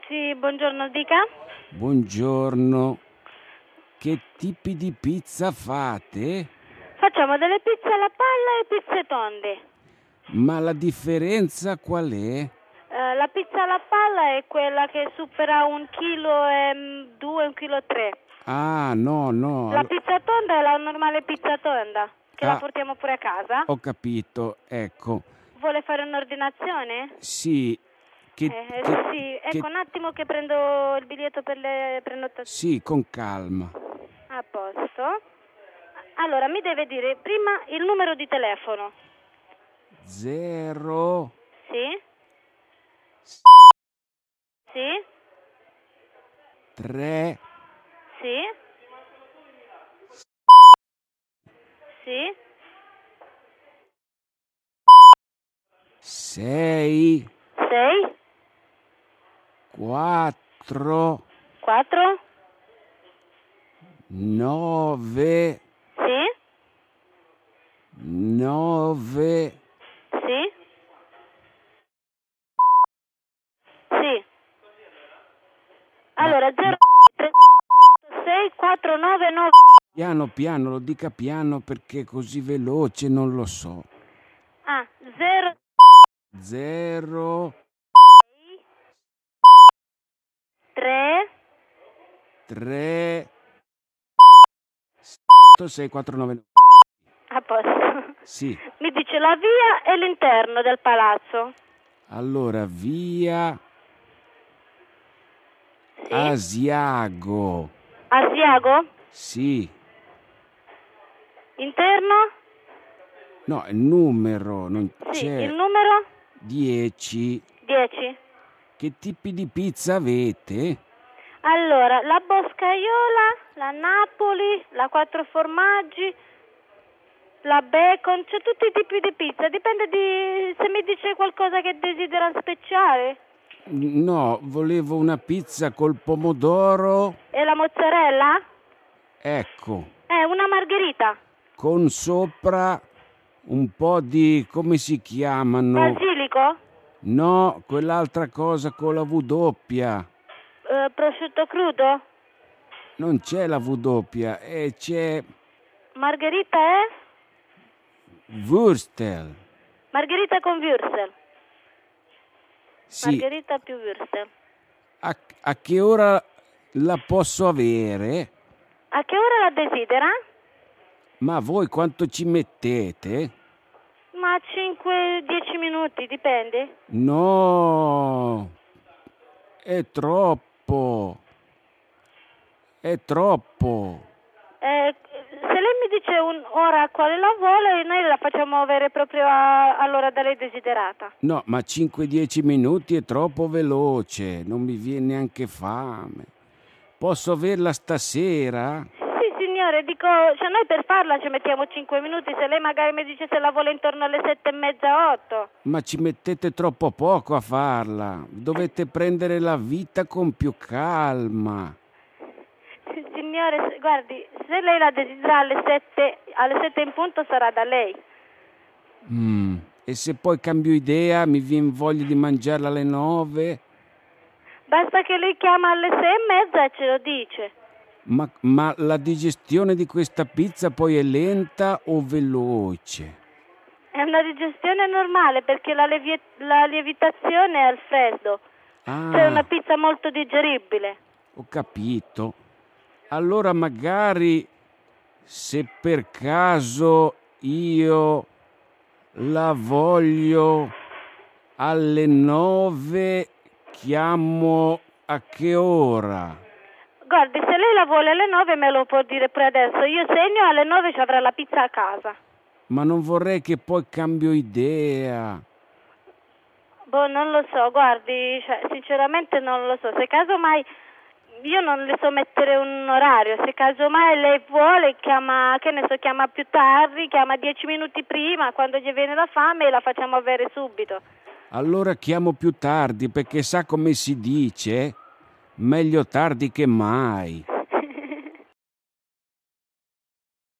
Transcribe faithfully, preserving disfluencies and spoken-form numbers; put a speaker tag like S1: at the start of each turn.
S1: Sì, buongiorno, dica.
S2: Buongiorno. Che tipi di pizza fate?
S1: Facciamo delle pizze alla palla e pizze tonde.
S2: Ma la differenza qual è?
S1: Eh, la pizza alla palla è quella che supera un chilo e due, un chilo e tre.
S2: Ah, no, no.
S1: La pizza tonda è la normale pizza tonda, che
S2: Ah,
S1: la portiamo pure a casa.
S2: Ho capito, ecco.
S1: Vuole fare un'ordinazione?
S2: Sì. Che,
S1: Eh,
S2: che,
S1: sì, ecco
S2: che...
S1: un attimo che prendo il biglietto per le prenotazioni.
S2: Sì, con calma.
S1: A posto. Allora, mi deve dire prima il numero di telefono.
S2: Zero.
S1: Sì? Sì?
S2: Tre.
S1: Sì? Sì?
S2: Sei.
S1: Sei?
S2: Quattro.
S1: Quattro?
S2: Nove.
S1: Sì?
S2: Nove.
S1: Sì? Sì. Allora, zero tre sei quattro nove nove.
S2: Piano piano, lo dica piano perché così veloce non lo so.
S1: Ah, zero
S2: Zero.
S1: tre
S2: Tre. Sei quattro nove.
S1: a posto.
S2: Sì.
S1: Mi dice la via e l'interno del palazzo.
S2: Allora, via
S1: Sì?
S2: Asiago.
S1: Asiago?
S2: Sì.
S1: Interno?
S2: No, il numero non
S1: Sì,
S2: c'è.
S1: il numero?
S2: Dieci.
S1: dieci.
S2: Che tipi di pizza avete?
S1: Allora, la boscaiola, la Napoli, la quattro formaggi, la bacon, c'è tutti i tipi di pizza, dipende di se mi dice qualcosa che desidera speciale.
S2: No, volevo una pizza col pomodoro.
S1: E la mozzarella?
S2: Ecco,
S1: Eh, una margherita.
S2: con sopra un po' di, come si chiamano?
S1: Basilico?
S2: No, quell'altra cosa con la V doppia.
S1: Eh, prosciutto crudo?
S2: Non c'è la V doppia, e c'è
S1: Margherita è?
S2: Würstel.
S1: Margherita con würstel.
S2: Sì.
S1: Margherita più würstel.
S2: A, a che ora la posso avere?
S1: A che ora la desidera?
S2: Ma voi quanto ci mettete?
S1: Ma cinque dieci minuti, dipende.
S2: No, è troppo. È troppo.
S1: Eh, se lei mi dice un'ora a quale la vuole, noi la facciamo avere proprio a, all'ora da lei desiderata.
S2: No, ma cinque dieci minuti è troppo veloce, non mi viene neanche fame. Posso averla stasera?
S1: Sì, signore, dico, cioè noi per farla ci mettiamo cinque minuti, se lei magari mi dice se la vuole intorno alle sette e mezza, otto.
S2: Ma ci mettete troppo poco a farla. Dovete prendere la vita con più calma.
S1: Signore, guardi, se lei la desidera alle sette, alle sette in punto sarà da lei.
S2: Mm. E se poi cambio idea, mi viene voglia di mangiarla alle nove?
S1: Basta che lei chiama alle sei e mezza e ce lo dice.
S2: Ma, ma la digestione di questa pizza poi è lenta o veloce?
S1: È una digestione normale perché la, levi- la lievitazione è al freddo.
S2: Ah,
S1: C'è una pizza molto digeribile.
S2: ho capito. Allora magari se per caso io la voglio alle nove, chiamo a che ora?
S1: Guardi, se lei la vuole alle nove me lo può dire pure adesso. Io segno alle nove ci avrà la pizza a casa.
S2: Ma non vorrei che poi cambio idea.
S1: Boh, non lo so, guardi, cioè, sinceramente non lo so. Se casomai io non le so mettere un orario, se casomai lei vuole chiama, che ne so, chiama più tardi, chiama dieci minuti prima, quando gli viene la fame e la facciamo avere subito.
S2: Allora chiamo più tardi perché sa come si dice? Meglio tardi che mai.